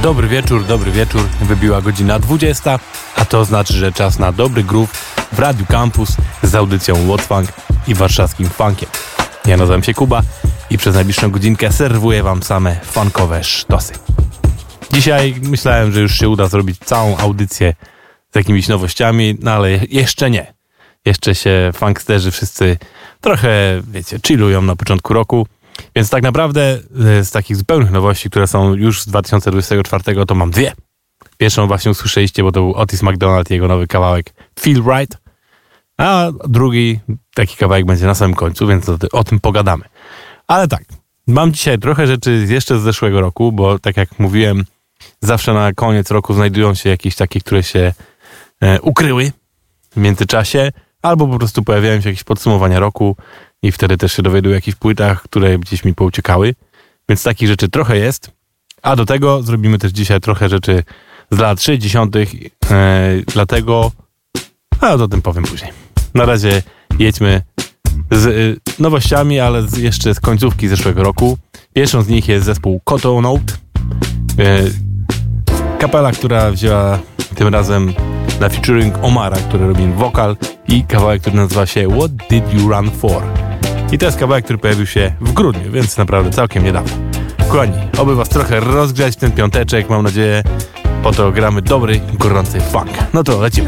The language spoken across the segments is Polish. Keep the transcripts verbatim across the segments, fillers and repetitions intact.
Dobry wieczór, dobry wieczór. Wybiła godzina dwudziesta, a to znaczy, że czas na dobry groove w Radiu Campus z audycją What's Funk i warszawskim funkiem. Ja nazywam się Kuba i przez najbliższą godzinkę serwuję wam same funkowe sztosy. Dzisiaj myślałem, że już się uda zrobić całą audycję z jakimiś nowościami, no ale jeszcze nie. Jeszcze się funksterzy wszyscy trochę, wiecie, chillują na początku roku. Więc tak naprawdę z takich zupełnych nowości, które są już z dwa tysiące dwudziestego czwartego, to mam dwie. Pierwszą właśnie usłyszeliście, bo to był Otis McDonald i jego nowy kawałek Feel Right. A drugi taki kawałek będzie na samym końcu, więc o, o tym pogadamy. Ale tak, mam dzisiaj trochę rzeczy jeszcze z zeszłego roku, bo tak jak mówiłem, zawsze na koniec roku znajdują się jakieś takie, które się e, ukryły w międzyczasie, albo po prostu pojawiają się jakieś podsumowania roku i wtedy też się dowiaduję o jakichś płytach, które gdzieś mi pouciekały. Więc takich rzeczy trochę jest. A do tego zrobimy też dzisiaj trochę rzeczy z lat sześćdziesiątych. E, dlatego, a o tym powiem później. Na razie jedźmy z y, nowościami, ale z, jeszcze z końcówki zeszłego roku. Pierwszą z nich jest zespół Cotto Note. E, kapela, która wzięła tym razem na featuring Omara, który robi wokal i kawałek, który nazywa się What Did You Run For? I to jest kawałek, który pojawił się w grudniu, więc naprawdę całkiem niedawno. Kochani, oby was trochę rozgrzać w ten piąteczek, mam nadzieję. Po to gramy dobry, gorący funk. No to lecimy.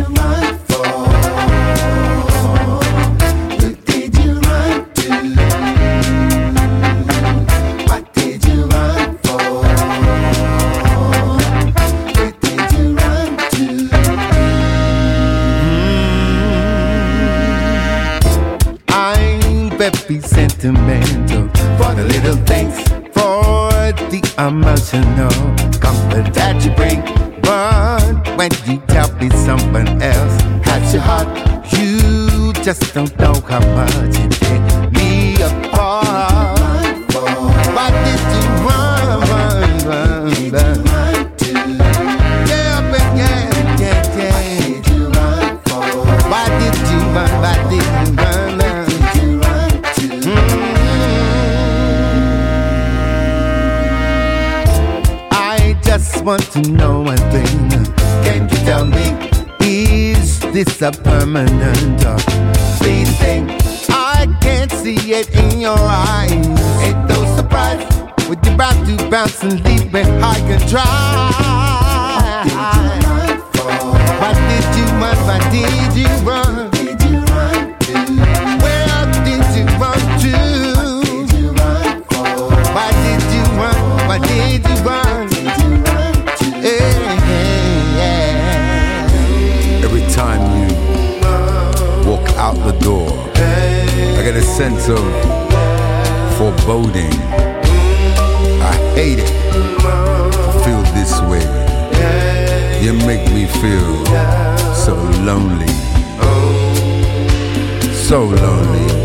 Be sentimental for the little things, for the emotional comfort that you bring. But when you tell me someone else has your heart, you just don't know how much it tears me apart. Why did you run, run, run, run? Yeah, but yeah, yeah, yeah. Why did you run? Why did you run? Just want to know one thing. Can you tell me, is this a permanent or fleeting thing? I can't see it in your eyes. Ain't no surprise when you're about to bounce and leave me high and dry. Why did you run? Why did you run? Where did you run to? Why did you run? Why did you run? Every time you walk out the door, I get a sense of foreboding. I hate it to feel this way. You make me feel so lonely, so lonely.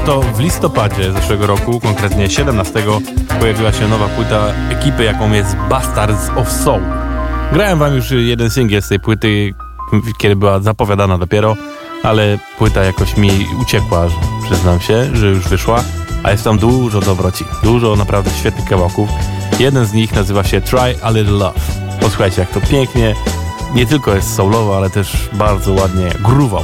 Oto w listopadzie zeszłego roku, konkretnie siedemnastego, pojawiła się nowa płyta ekipy, jaką jest Bastards of Soul. Grałem wam już jeden singiel z tej płyty, kiedy była zapowiadana dopiero, ale płyta jakoś mi uciekła, przyznam się, że już wyszła, a jest tam dużo dobroci, dużo naprawdę świetnych kawałków. Jeden z nich nazywa się Try a Little Love. Posłuchajcie, jak to pięknie, nie tylko jest soulowo, ale też bardzo ładnie groował.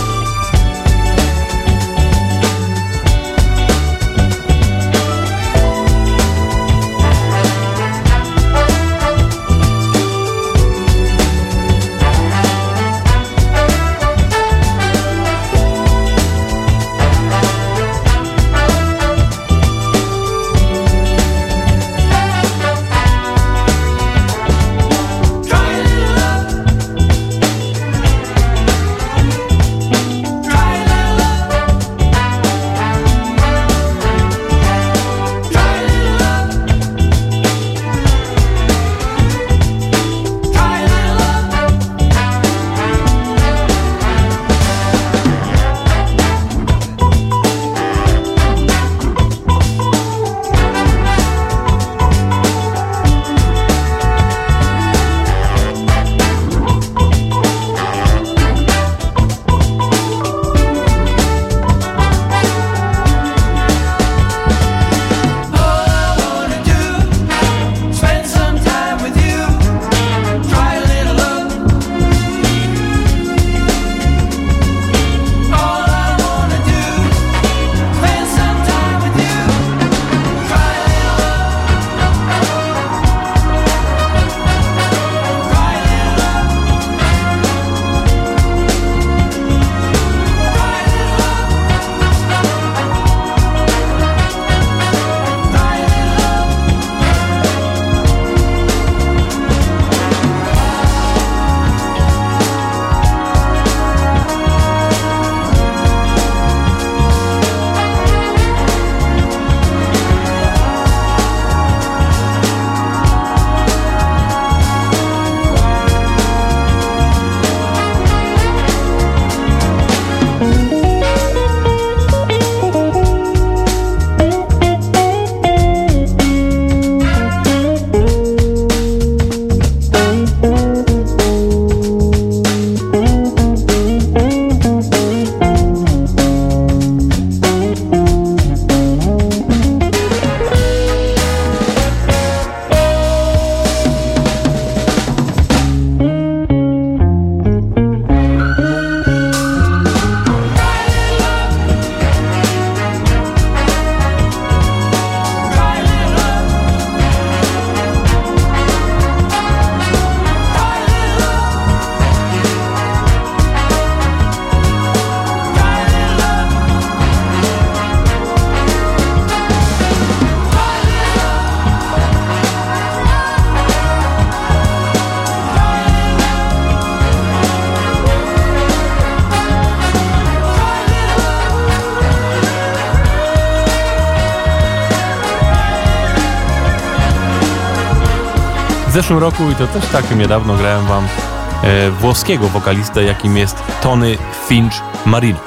W zeszłym roku, i to też takim niedawno, grałem wam e, włoskiego wokalistę, jakim jest Tony Finch Marino.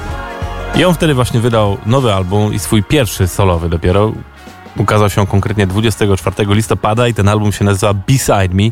I on wtedy właśnie wydał nowy album i swój pierwszy solowy dopiero. Ukazał się konkretnie dwudziestego czwartego listopada i ten album się nazywa Beside Me.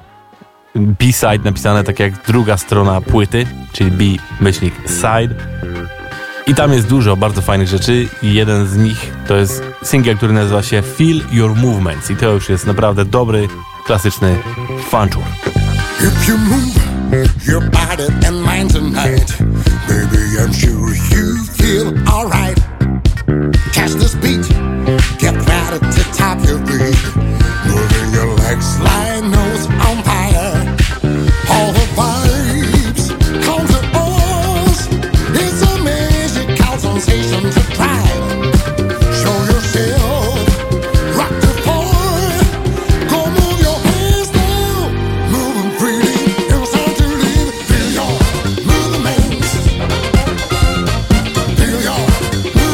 B-side napisane tak jak druga strona płyty, czyli B myślnik side. I tam jest dużo bardzo fajnych rzeczy i jeden z nich to jest singiel, który nazywa się Feel Your Movements i to już jest naprawdę dobry, klasyczny funchur. If you move your body and mind tonight, baby, I'm sure you feel alright. Catch this beat, get right at the top of your beat, moving your legs like nose on fire. All the vibes come to us. It's a magical sensation to try. Show yourself, rock the floor. Go move your hands now, moving freely inside to leave. Feel your movements. Feel your movements.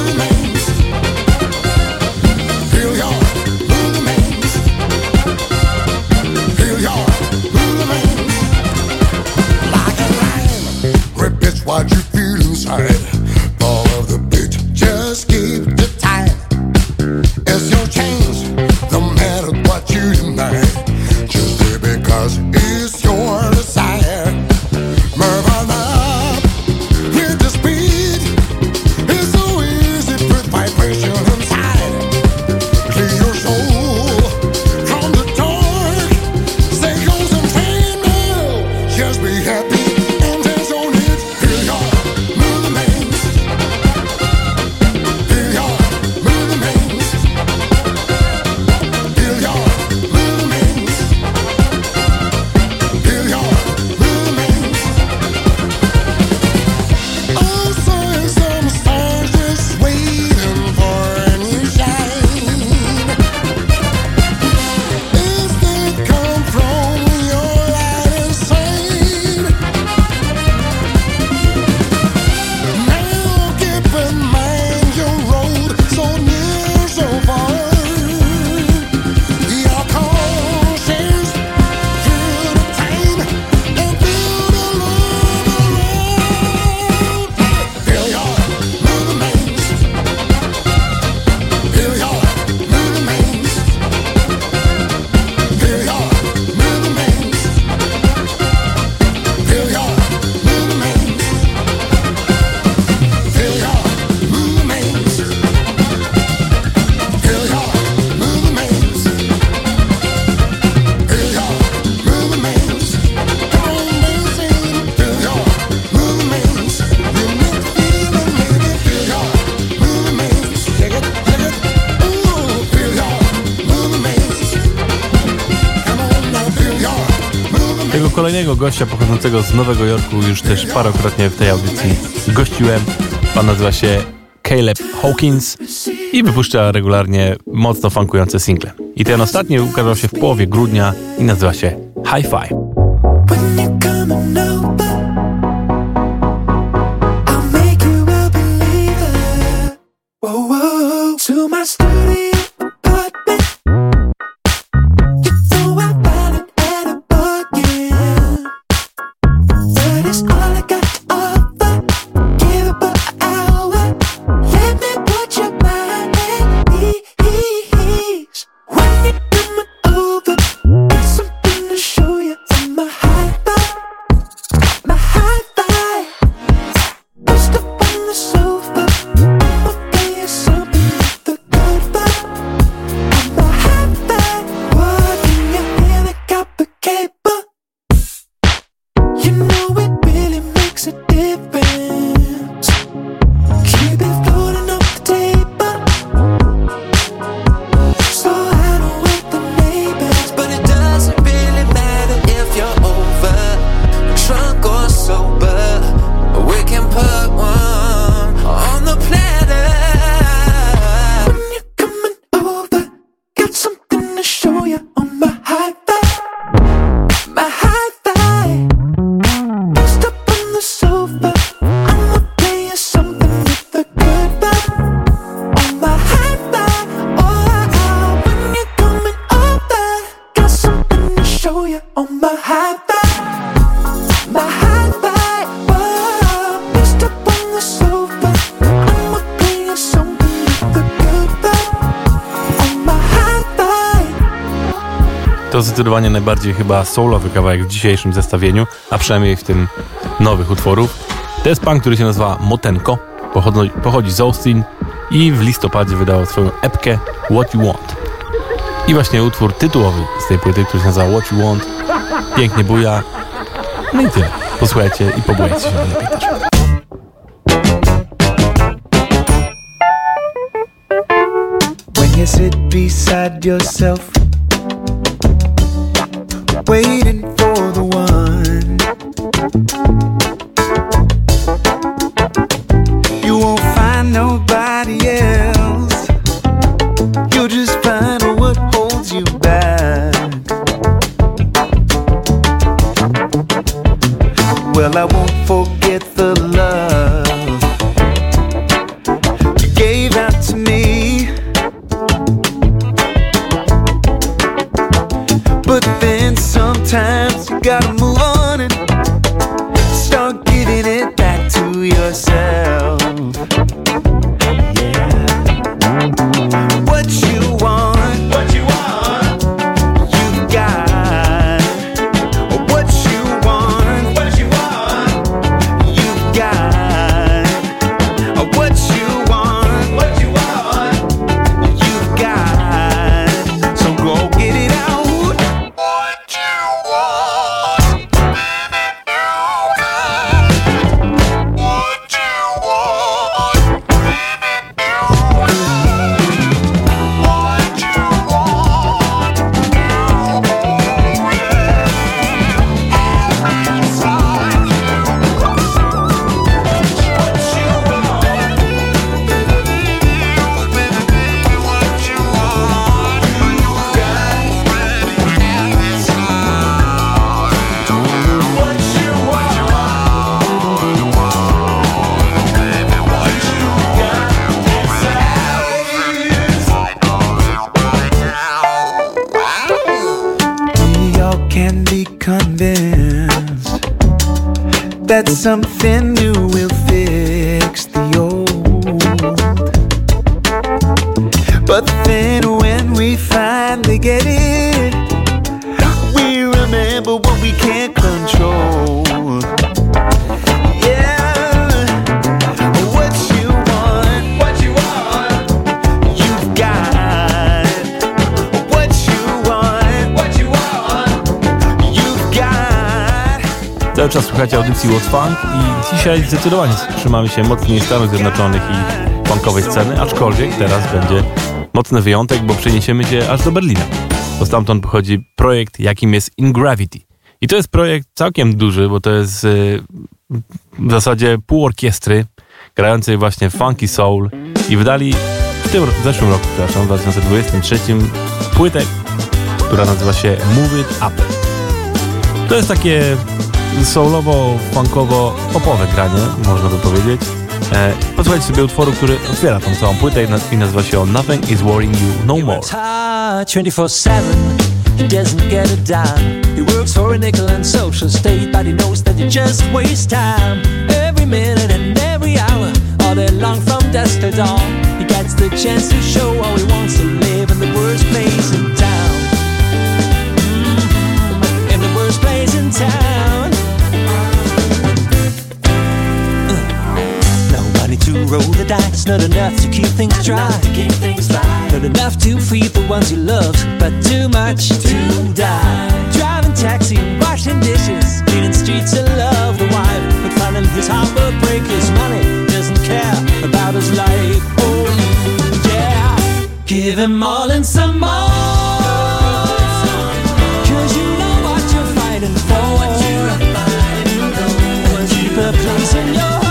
kolejnego gościa pochodzącego z Nowego Jorku, już też parokrotnie w tej audycji gościłem. Pan nazywa się Caleb Hawkins i wypuszcza regularnie mocno funkujące single. I ten ostatni ukazał się w połowie grudnia i nazywa się Hi-Fi. To zdecydowanie najbardziej chyba soulowy kawałek w dzisiejszym zestawieniu, a przynajmniej w tym nowych utworów. To jest pan, który się nazywa Motenko, pochodzi, pochodzi z Austin i w listopadzie wydał swoją epkę What You Want. I właśnie utwór tytułowy z tej płyty, który się nazywa What You Want, pięknie buja. No i tyle. Posłuchajcie i pobujajcie się najlepiej też. When you sit beside yourself, waiting for the one, you won't find nobody else. You'll just find what holds you back. Well, I won't forget the love you gave out to me, but then sometimes you gotta move on and start giving it back to yourself. Yeah. What you want, what you want, you got. What you want, what you want, you got. What you want, what you want, you got. So go get it out. That something new will fix the old. But then when we finally get it, we remember what we can't control. Yeah, what you want, what you want, you've got. What you want, what you want, you've got. Cały czas słuchacie audycji What Funk i dzisiaj zdecydowanie trzymamy się mocniej Stanów Zjednoczonych i funkowej sceny, aczkolwiek teraz będzie mocny wyjątek, bo przeniesiemy się aż do Berlina. Bo stamtąd pochodzi projekt, jakim jest Ingravity. I to jest projekt całkiem duży, bo to jest y, w zasadzie pół orkiestry grającej właśnie funky soul i wydali w tym w zeszłym roku, przepraszam, w dwa tysiące dwudziestym trzecim płytę, która nazywa się Move It Up. To jest takie soulowo-funkowo-popowe granie, można by powiedzieć. E, posłuchajcie sobie utworu, który otwiera tą całą płytę i nazywa się on Nothing Is Worrying You No More. twenty-four seven, he doesn't get a dime. He works for a nickel and social state, but he knows that you just waste time. Every minute and every hour, all day long from dusk till dawn. He gets the chance to show how he wants to live in the worst place in town. Mm-hmm. In the worst place in town. To roll the dice, not enough to keep things dry. To keep things dry. Not enough to feed the ones you loved, but too much to die. Driving taxi, washing dishes, cleaning streets and love the wife. But finding his heart will break his money, doesn't care about his life. Oh yeah, give him all and some more. Cause you know what you're fighting for. Keep a place in your heart.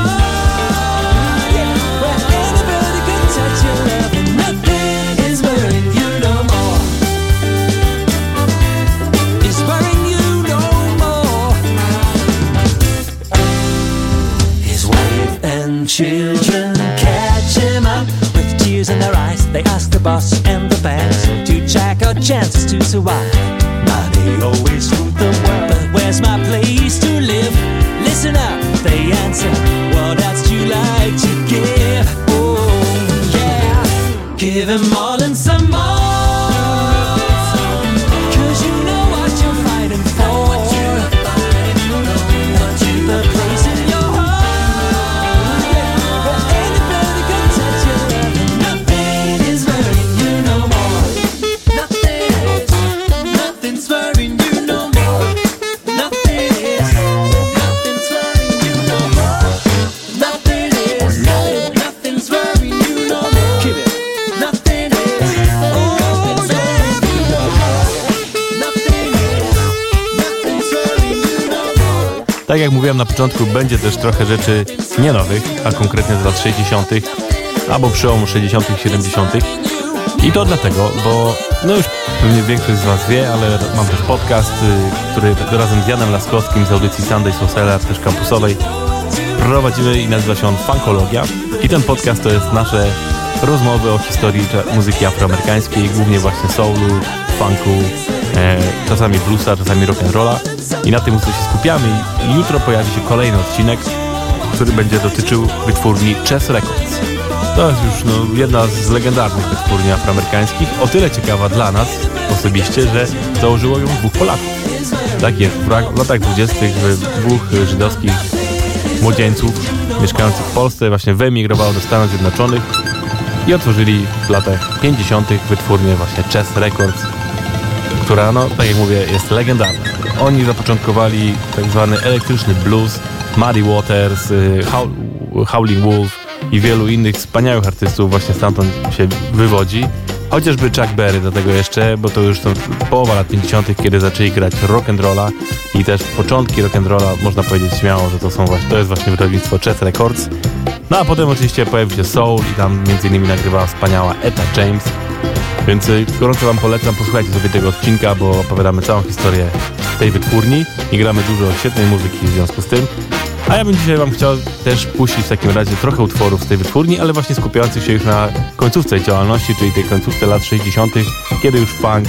Children catch him up with tears in their eyes. They ask the boss and the banks to check our chances to survive. Money always ruled the world, but where's my place to live? Listen up, they answer, what else do you like to give? Oh yeah, give him all and some more. Cause you know what you're fighting for. Keep a place in your heart. Tak jak mówiłem na początku, będzie też trochę rzeczy nie nowych, a konkretnie z lat sześćdziesiątych albo przełomu sześćdziesiątych i siedemdziesiątych. I to dlatego, bo no już pewnie większość z was wie, ale mam też podcast, który razem z Janem Laskowskim z audycji Sunday Sociala, też kampusowej, prowadzimy i nazywa się on Funkologia. I ten podcast to jest nasze rozmowy o historii muzyki afroamerykańskiej, głównie właśnie soulu, funku, e, czasami bluesa, czasami rock'n'rolla. I na tej muzyce się skupiamy i jutro pojawi się kolejny odcinek, który będzie dotyczył wytwórni Chess Records. To jest już no, jedna z legendarnych wytwórni afroamerykańskich, o tyle ciekawa dla nas osobiście, że założyło ją dwóch Polaków. Tak jest, w latach dwudziestych dwóch żydowskich młodzieńców mieszkających w Polsce właśnie wyemigrowało do Stanów Zjednoczonych i otworzyli w latach pięćdziesiątych wytwórnię właśnie Chess Records, która, no tak jak mówię, jest legendarna. Oni zapoczątkowali tak zwany elektryczny blues, Muddy Waters, Howling Wolf i wielu innych wspaniałych artystów właśnie stamtąd się wywodzi. Chociażby Chuck Berry do tego jeszcze, bo to już są połowa lat pięćdziesiątych, kiedy zaczęli grać rock'n'rolla i też początki rock'n'rolla, można powiedzieć śmiało, że to są właśnie, to jest właśnie wydawnictwo Chess Records. No a potem oczywiście pojawił się soul i tam między innymi nagrywała wspaniała Etta James. Więc gorąco wam polecam, posłuchajcie sobie tego odcinka, bo opowiadamy całą historię tej wytwórni i gramy dużo świetnej muzyki w związku z tym. A ja bym dzisiaj wam chciał też puścić w takim razie trochę utworów z tej wytwórni, ale właśnie skupiających się już na końcówce działalności, czyli tej końcówce lat sześćdziesiątych, kiedy już funk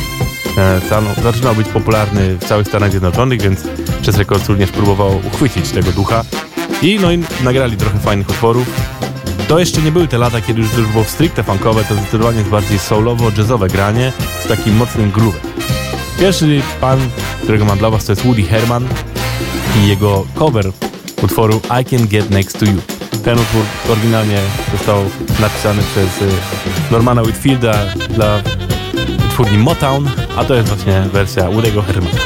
e, zaczynał być popularny w całych Stanach Zjednoczonych, więc Chess Records również próbowało uchwycić tego ducha i no i nagrali trochę fajnych utworów. To jeszcze nie były te lata, kiedy już, już było stricte funkowe, to zdecydowanie jest bardziej soulowo-jazzowe granie z takim mocnym groovem. Pierwszy pan, którego mam dla was, to jest Woody Herman i jego cover utworu I Can Get Next to You. Ten utwór oryginalnie został napisany przez Normana Whitfielda dla wytwórni Motown, a to jest właśnie wersja Woody'ego Hermana.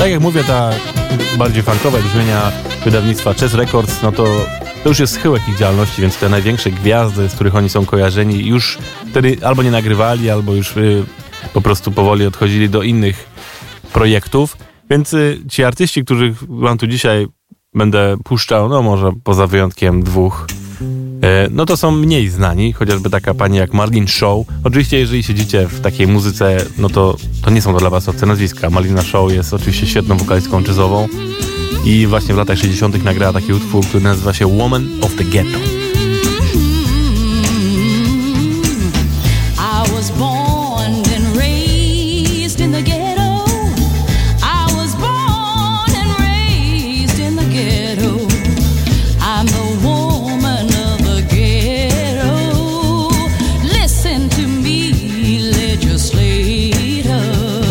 Tak jak mówię, ta bardziej funkowa brzmienia wydawnictwa Chess Records, no to, to już jest schyłek ich działalności, więc te największe gwiazdy, z których oni są kojarzeni, już wtedy albo nie nagrywali, albo już y, po prostu powoli odchodzili do innych projektów. Więc y, ci artyści, których wam tu dzisiaj będę puszczał, no może poza wyjątkiem dwóch, no to są mniej znani, chociażby taka pani jak Marlene Shaw. Oczywiście jeżeli siedzicie w takiej muzyce, no to, to nie są to dla was obce nazwiska. Marlena Shaw jest oczywiście świetną wokalistką jazzową i właśnie w latach sześćdziesiątych nagrała taki utwór, który nazywa się Woman of the Ghetto. I was born and raised in the ghetto. I was born and raised in the ghetto. I'm the woman of the ghetto. Listen to me, legislator.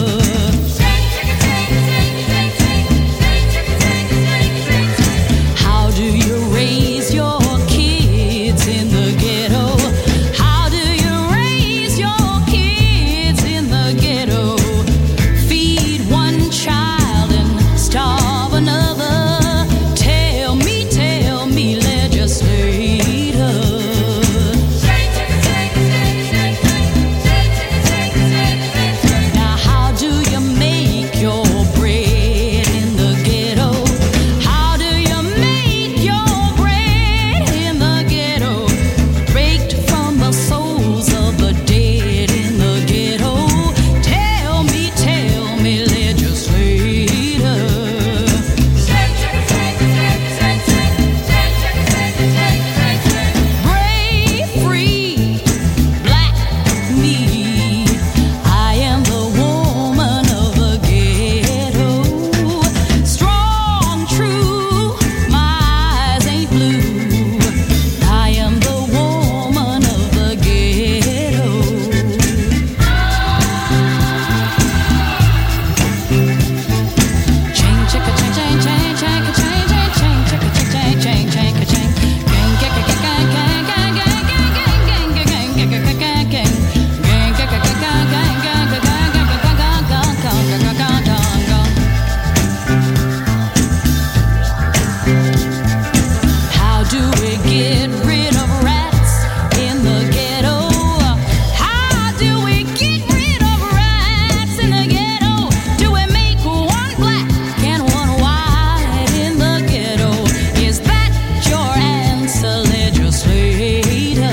How do you raise your kids in the ghetto? How do you raise your kids in the ghetto? Feed one child and starve another. Tell me, tell me, legislator. Now how do you make your bread in the ghetto? How do you make your bread in the ghetto? Baked from the souls of the dead in the ghetto. Tell me, tell me, legislator. Brave, free, black me. I am the woman of the ghetto. Strong, true, my eyes ain't blue. I am the woman of the ghetto. Chain, chicka, chain, chain, chain, chain, ka, chain, chain, chain, chicka, chain, chain, chain, ka, chain. Gang, gang, gang, gang, gang, gang, gang, gang, gang, gang, gang, gang, gang, gang, gang. Gang, gang, gang, gang, gang, gang, gang, gang, gang, gang, gang, gang, gang, gang, gang. How do we get rid of rats in the ghetto? How do we get rid of rats in the ghetto? Do we make one black and one white in the ghetto? Is that your answer, legislator?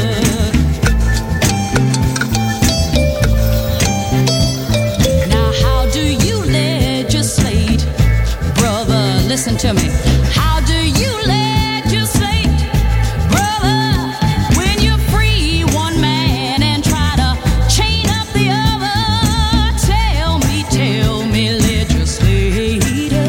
Now how do you legislate? Brother, listen to me. How do you legislate, brother, when you free one man and try to chain up the other? Tell me, tell me, legislator.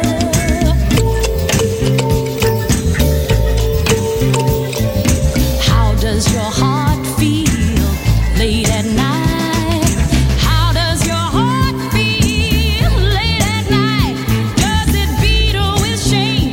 How does your heart feel late at night? How does your heart feel late at night? Does it beat with shame?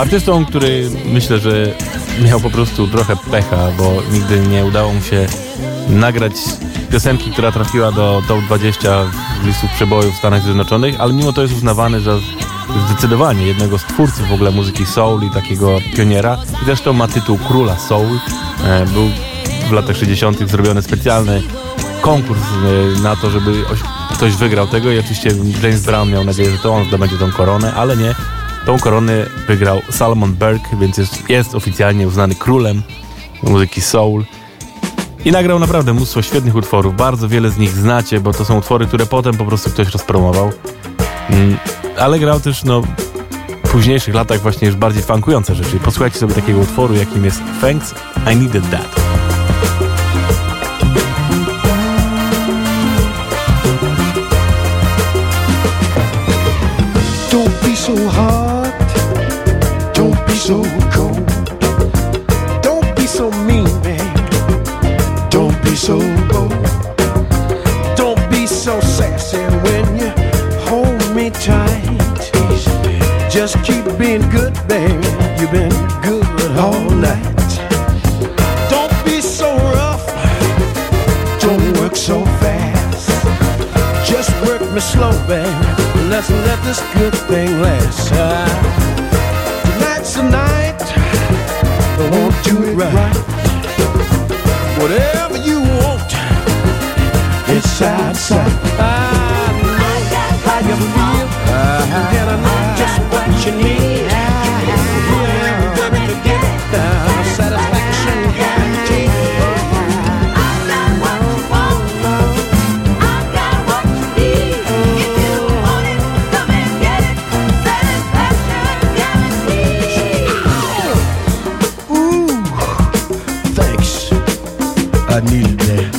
Artystą, który myślę, że miał po prostu trochę pecha, bo nigdy nie udało mu się nagrać piosenki, która trafiła do top dwudziestu listów przebojów w Stanach Zjednoczonych, ale mimo to jest uznawany za zdecydowanie jednego z twórców w ogóle muzyki soul i takiego pioniera. I zresztą ma tytuł Króla Soul. Był w latach sześćdziesiątych zrobiony specjalny konkurs na to, żeby ktoś wygrał tego i oczywiście James Brown miał nadzieję, że to on zdobędzie tą koronę, ale nie. Tą koronę wygrał Salomon Burke, więc jest, jest oficjalnie uznany królem muzyki soul. I nagrał naprawdę mnóstwo świetnych utworów. Bardzo wiele z nich znacie, bo to są utwory, które potem po prostu ktoś rozpromował. Mm, ale grał też no, w późniejszych latach właśnie już bardziej funkujące rzeczy. Posłuchajcie sobie takiego utworu, jakim jest Thanks, I Needed That. Don't be so hard, don't be so cold, don't be so mean, babe, don't be so bold, don't be so sassy when you hold me tight. Just keep being good, baby, you've been good all night. Don't be so rough, don't work so fast, just work me slow, baby. Let's let this good thing last. Uh, tonight's the night, I won't do it right. Whatever you want, it's outside. I know how you feel, uh, and I know just what you need. Yeah, baby, to get it down, satisfaction guaranteed. I needed that.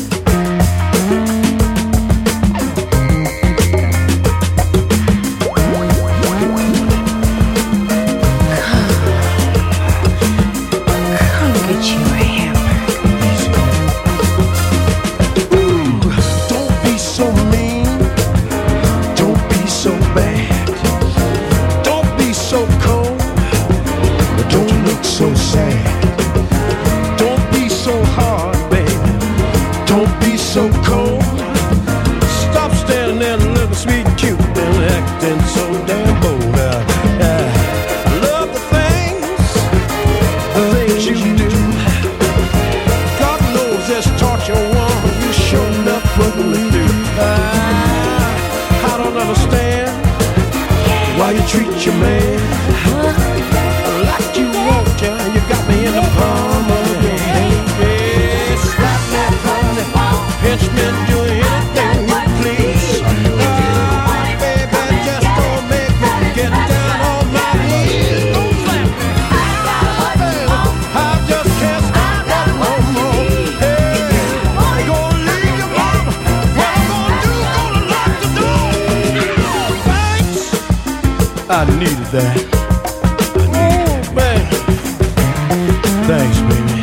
I needed that. Oh, man. Thanks, baby.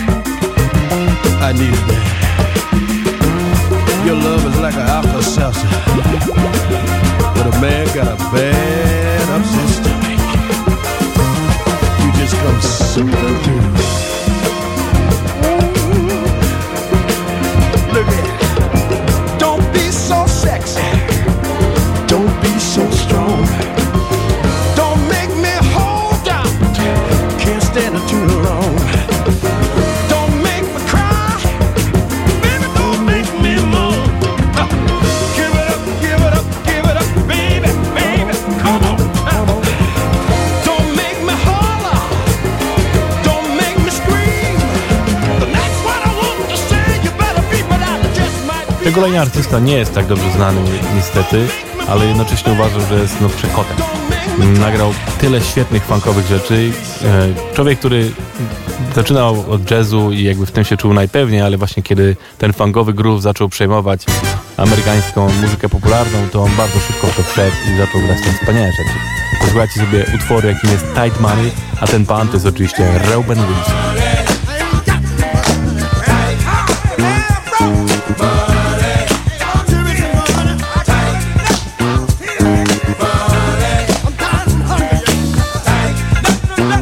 I needed that. Your love is like an Alka-Seltzer, but a man got a bad upset stomach. You just come soothing through. Look at it. Don't be so sexy. Don't be so strong. Stand it too long. Don't make me cry, baby. Don't make me moan. Uh, give it up, give it up, give it up, baby, baby. Come on, come on. Don't make me holler. Don't make me scream. The next one I want to say, you better be, but I just might be. Tego kolejny artysta nie jest tak dobrze znany niestety, ale jednocześnie uważam, że jest no przekotem. Nagrał tyle świetnych funkowych rzeczy. Człowiek, który zaczynał od jazzu i jakby w tym się czuł najpewniej, ale właśnie kiedy ten funkowy groove zaczął przejmować amerykańską muzykę popularną, to on bardzo szybko w to wszedł i zaczął grać tam wspaniałe rzeczy. Posłuchajcie sobie utworu, jakim jest Tight Money, a ten pan to jest oczywiście Reuben Wilson. Let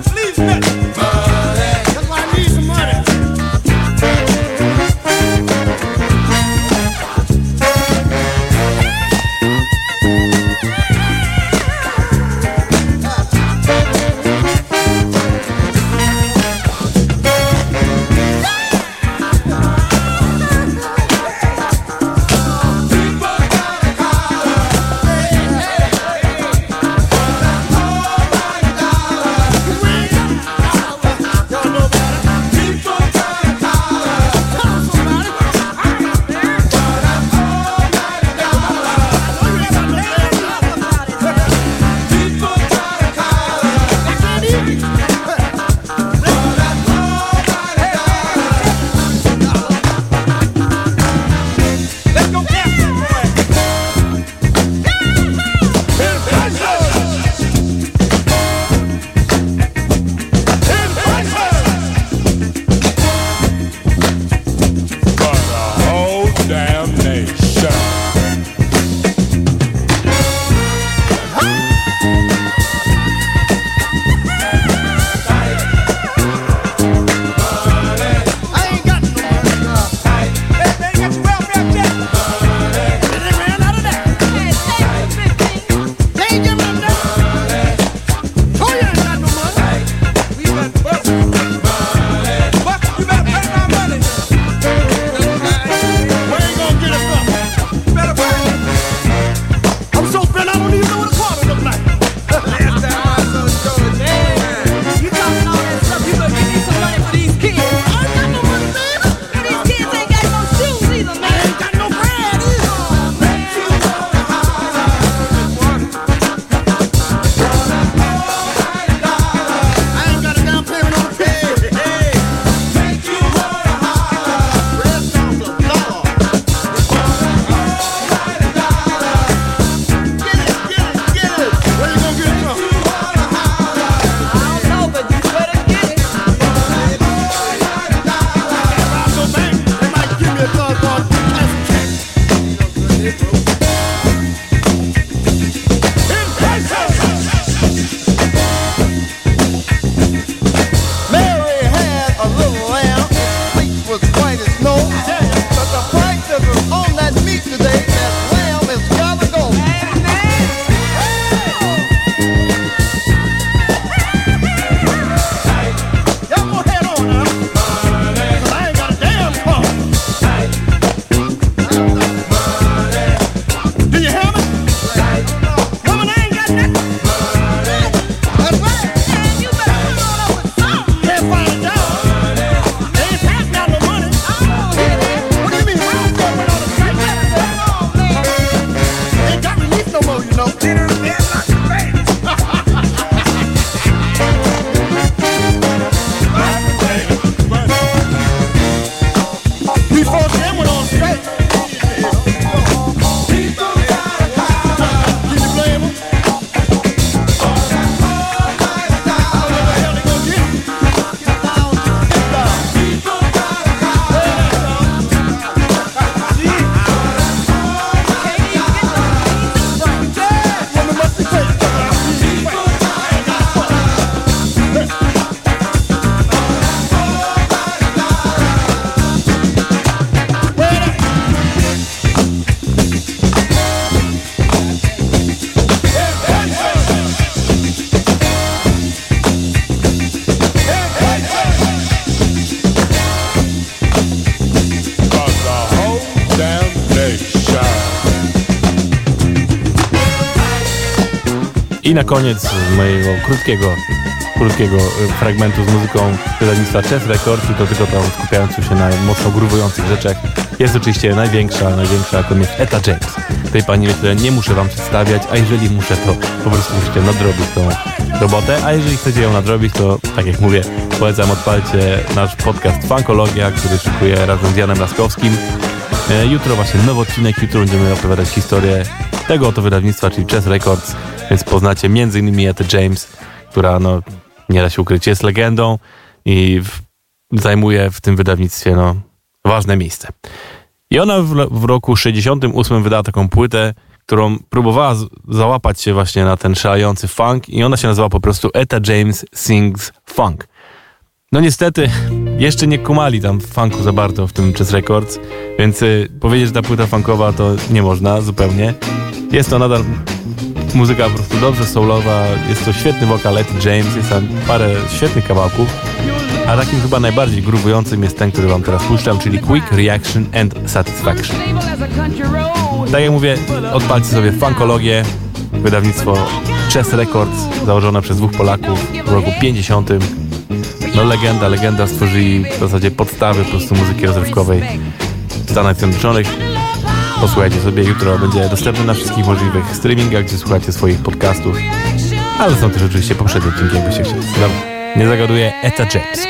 I na koniec mojego krótkiego, krótkiego fragmentu z muzyką wydawnictwa Chess Records, i to tylko tam skupiając się na mocno groovujących rzeczach, jest oczywiście największa, największa jaką jest Etta James. Tej pani, które nie muszę wam przedstawiać, a jeżeli muszę, to po prostu musicie nadrobić tą robotę, a jeżeli chcecie ją nadrobić, to tak jak mówię, polecam, odpalcie nasz podcast Funkologia, który szykuje razem z Janem Laskowskim. Jutro właśnie nowy odcinek, jutro będziemy opowiadać historię tego oto wydawnictwa, czyli Chess Records, więc poznacie między innymi Etta James, która, no, nie da się ukryć, jest legendą i w, zajmuje w tym wydawnictwie, no, ważne miejsce. I ona w, w roku sześćdziesiątym ósmym wydała taką płytę, którą próbowała z, załapać się właśnie na ten szalejący funk, i ona się nazywa po prostu Etta James Sings Funk. No niestety jeszcze nie kumali tam funku za bardzo w tym Chess Records, więc y, powiedzieć, że ta płyta funkowa to nie można zupełnie. Jest to nadal muzyka po prostu dobrze soulowa, jest to świetny wokal Etty James, jest tam parę świetnych kawałków, a takim chyba najbardziej groovującym jest ten, który wam teraz puszczam, czyli Quick Reaction and Satisfaction. Tak jak mówię, odpalcie sobie Funkologię, wydawnictwo Chess Records, założone przez dwóch Polaków w roku pięćdziesiątym. No legenda, legenda, stworzyli w zasadzie podstawy po prostu muzyki rozrywkowej w Stanach Zjednoczonych. Posłuchajcie sobie, jutro będzie dostępny na wszystkich możliwych streamingach, gdzie słuchacie swoich podcastów, ale są też oczywiście poprzednie odcinki, jakbyście chcieli. No, nie zagaduję, Etta James.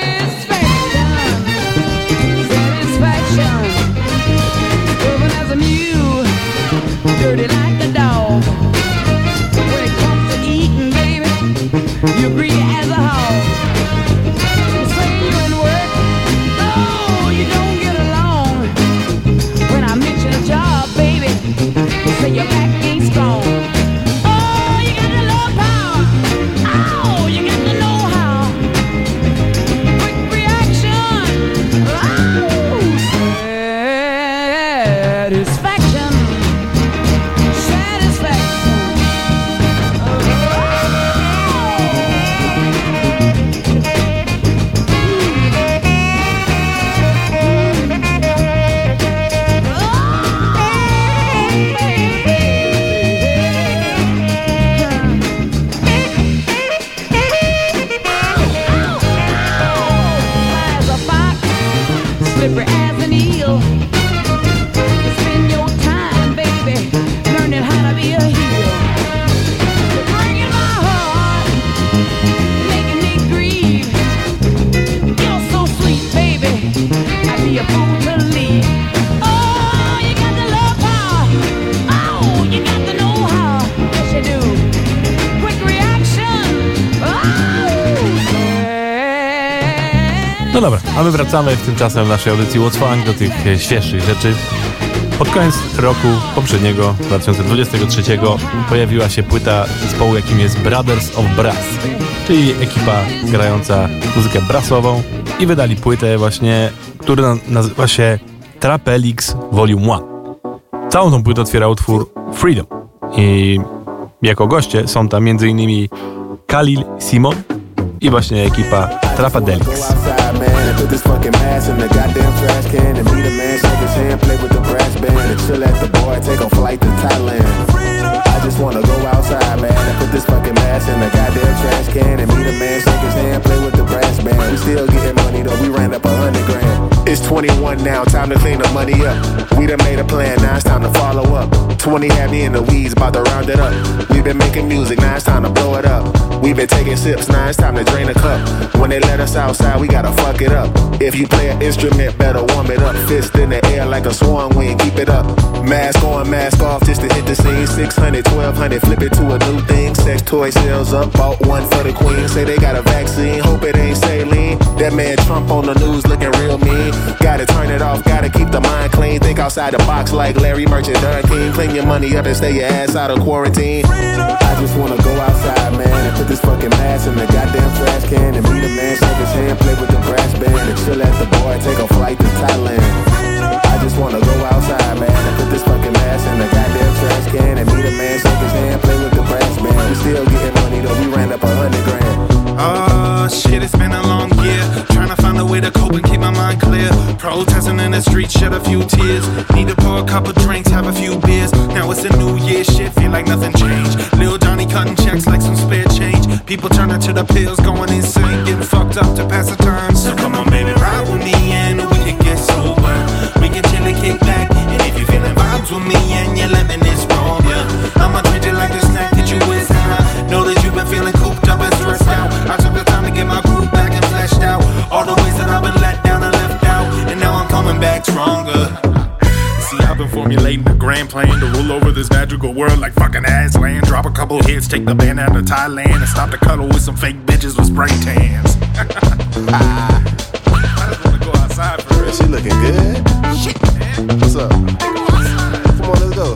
No dobra, a my wracamy tymczasem w naszej audycji What's Funk do tych świeższych rzeczy. Pod koniec roku poprzedniego, dwa tysiące dwudziestego trzeciego, pojawiła się płyta zespołu, jakim jest Brothers of Brass, czyli ekipa grająca muzykę brassową, i wydali płytę właśnie, która nazywa się Trapelix Volume jeden. Całą tą płytę otwiera utwór Freedom i jako goście są tam między innymi Khalil Simon i właśnie ekipa Trapadelix. I just wanna go outside, man, and put this fucking mask in the goddamn trash can and meet a man, shake his hand, play with the brass band. We still getting money though, we ran up a hundred grand. It's twenty-one now, time to clean the money up. We done made a plan, now it's time to follow up. twenty had me in the weeds, about to round it up. We've been making music, now it's time to blow it up. We've been taking sips, now it's time to drain a cup. When they let us outside, we gotta fuck it up. If you play an instrument, better warm it up. Fist in the air like a swan wing, keep it up. Mask on, mask off, just to hit the scene. six hundred, twelve hundred, flip it to a new thing. Sex toy sales up, bought one for the queen. Say they got a vaccine, hope it ain't saline. That man Trump on the news looking real mean. Gotta turn it off, gotta keep the mind clean. Think outside the box like Larry Merchant, Don King. Clean your money up and stay your ass out of quarantine. I just wanna go outside, man, and put this fucking mask in the goddamn trash can and meet a man, shake his hand, play with the brass band and chill at the bar, take a flight to Thailand. I just wanna go outside, man, and put this fucking mask in the goddamn trash can and meet a man, shake his hand, play with the brass band. We still getting money though, we ran up a hundred grand. Oh shit, it's been a long year. Trying to find a way to cope and keep my mind clear. Pro Protesting in the streets, shed a few tears. Need to pour a couple drinks, have a few beers. Now it's a new year, shit, feel like nothing changed. Lil Johnny cutting checks like some spare change. People turning to the pills, going insane, getting fucked up to pass the time. So come on, baby, ride with me and we can get sober. We can chill and kick back, and if you feeling vibes with me and you're letting this roll, yeah, I'ma treat you like a snack that you is high. Know that you've been feeling cooped up and stressed out. I took the time to get my groove back and fleshed out. All the ways that I've been let down and left out, and now I'm coming back stronger. See, I've been formulating a grand plan to rule over this magical world like fucking Aslan. Drop a couple hits, take the band out of Thailand, and stop the cuddle with some fake bitches with spray tans. I just wanna go outside for real. She looking good. Shit, man. What's up? Go outside. Come on, let's go.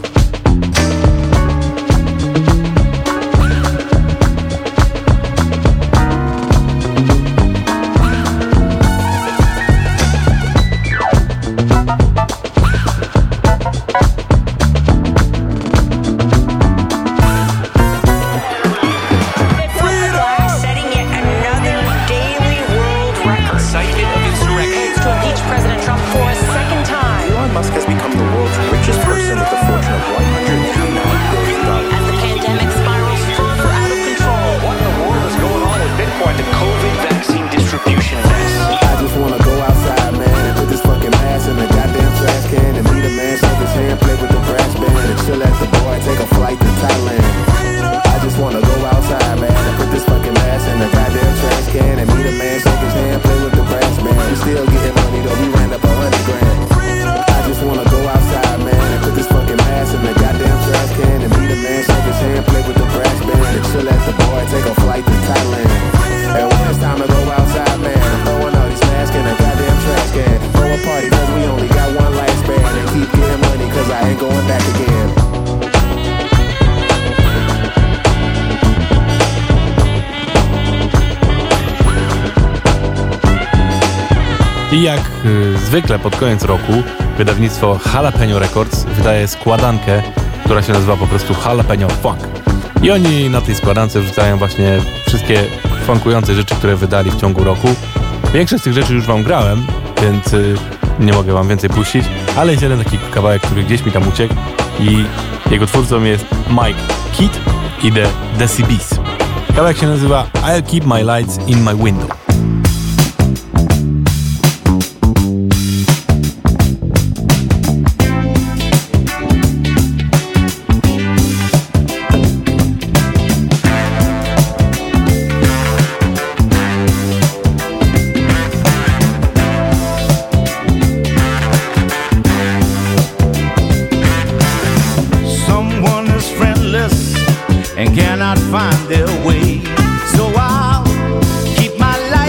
I jak y, zwykle pod koniec roku wydawnictwo Jalapeno Records wydaje składankę, która się nazywa po prostu Jalapeno Funk. I oni na tej składance wrzucają właśnie wszystkie funkujące rzeczy, które wydali w ciągu roku. Większość z tych rzeczy już wam grałem, więc y, nie mogę wam więcej puścić, ale jest jeden taki kawałek, który gdzieś mi tam uciekł i jego twórcą jest Mike Kidd i The Decibels. Kawałek się nazywa I'll Keep My Lights in My Window. Find their way, so I'll keep my life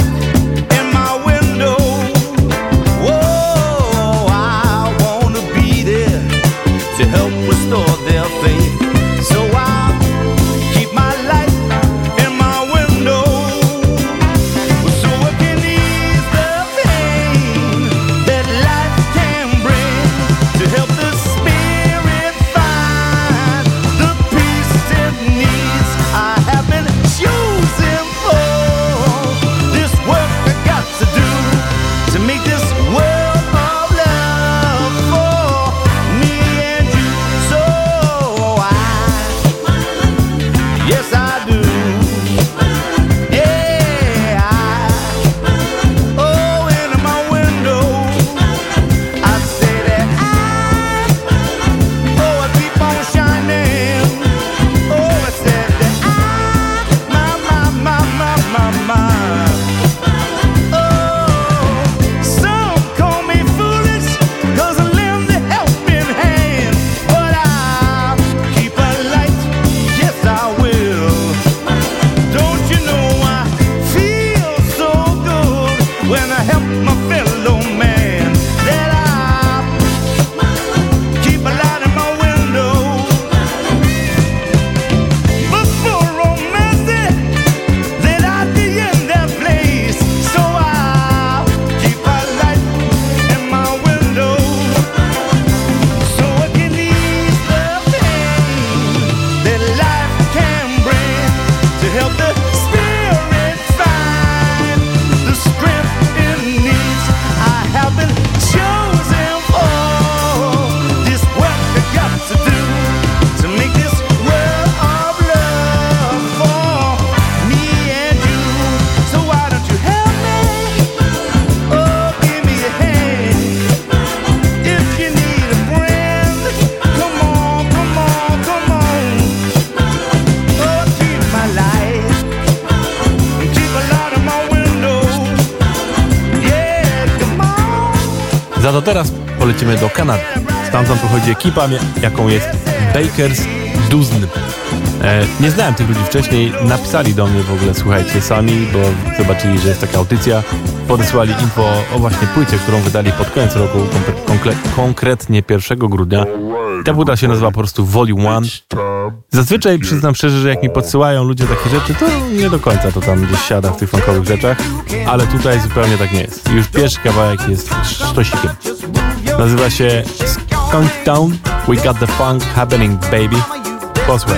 Za to teraz polecimy do Kanady. Stamtąd pochodzi ekipa, jaką jest Baker's Dozen. E, nie znałem tych ludzi wcześniej, napisali do mnie w ogóle, słuchajcie, sami, bo zobaczyli, że jest taka audycja. Podesłali info o właśnie płycie, którą wydali pod koniec roku, konkre- konkretnie pierwszego grudnia. Ta płyta się nazywa po prostu Volume One. Zazwyczaj przyznam szczerze, że jak mi podsyłają ludzie takie rzeczy, to nie do końca to tam gdzieś siada w tych funkowych rzeczach, ale tutaj zupełnie tak nie jest. Już pierwszy kawałek jest sztosikiem. Nazywa się Skunk Town, We Got The Funk Happening Baby. Posłuchaj.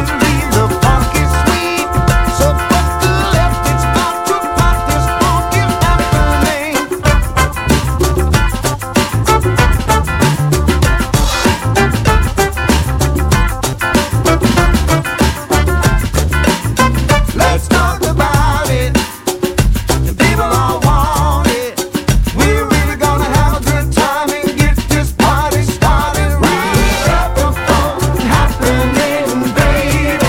Baby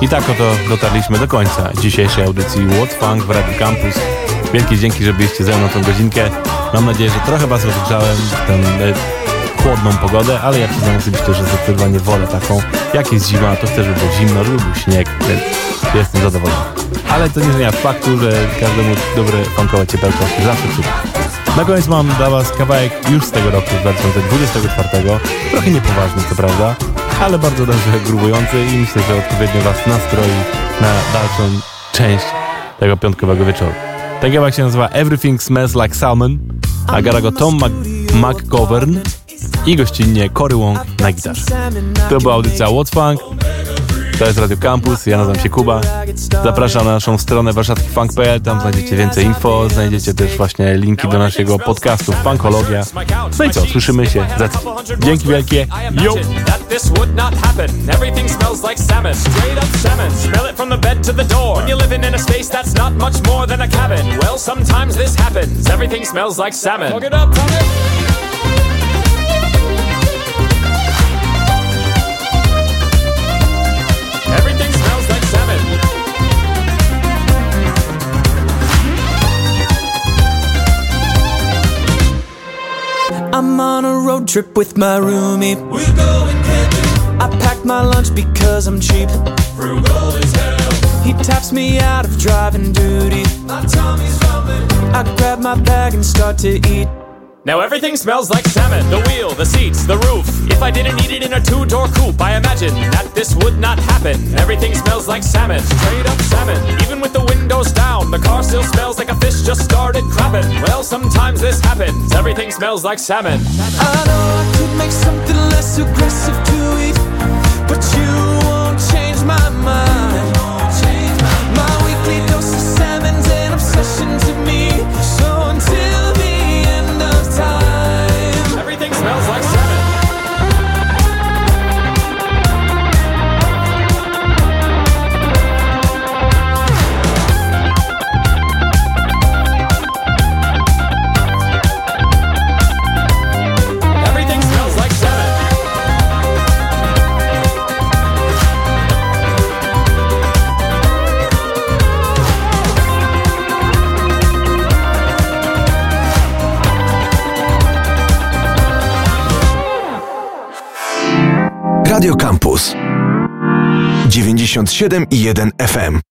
I tak oto dotarliśmy do końca dzisiejszej audycji What Funk w Radio Campus. Wielkie dzięki, że byliście ze mną tą godzinkę. Mam nadzieję, że trochę was rozgrzałem w tę e, chłodną pogodę, ale ja przyznam osobiście, że zdecydowanie wolę taką. Jak jest zima, to chcę, żeby było zimno, żeby był śnieg, więc jestem zadowolony. Ale to nie zmienia faktu, że każdemu dobre funkowe ciepełko się zawsze przyda. Na koniec mam dla was kawałek już z tego roku, dwa tysiące dwudziestego czwartego. Trochę niepoważny, co prawda, ale bardzo dobrze grubujący i myślę, że odpowiednio was nastroi na dalszą część tego piątkowego wieczoru. Tak jak się nazywa Everything Smells Like Salmon, a gra go Tom Mac- McGovern i gościnnie Cory Wong na gitarze. To była audycja What Funk. To jest Radio Campus, ja nazywam się Kuba. Zapraszam na naszą stronę warszawski funk kropka p l, tam znajdziecie więcej info, znajdziecie też właśnie linki do naszego podcastu Funkologia. No i co, słyszymy się za tydzień. Dzięki wielkie, yo! This would not happen. Everything smells like salmon, straight up salmon. Smell it from the bed to the door. When you're living in a space that's not much more than a cabin. Well, sometimes this happens. Everything smells like salmon. Fuck it up, Tommy. Everything smells like salmon. I'm on a road trip with my roomie. We're going camping. I packed my lunch because I'm cheap. Frugal as hell. He taps me out of driving duty. My tummy's rumbling. I grab my bag and start to eat. Now everything smells like salmon. The wheel, the seats, the roof. If I didn't eat it in a two-door coupe, I imagine that this would not happen. Everything smells like salmon, straight up salmon. Even with the windows down, the car still smells like a fish just started crabbing. Well, sometimes this happens. Everything smells like salmon. I know I could make something less aggressive to eat, but you won't change my mind. My weekly dose of salmon's an obsession to me. So until the end of time, everything smells like salmon. Everything smells like salmon. Radio Campus dziewięćdziesiąt siedem i jeden F M.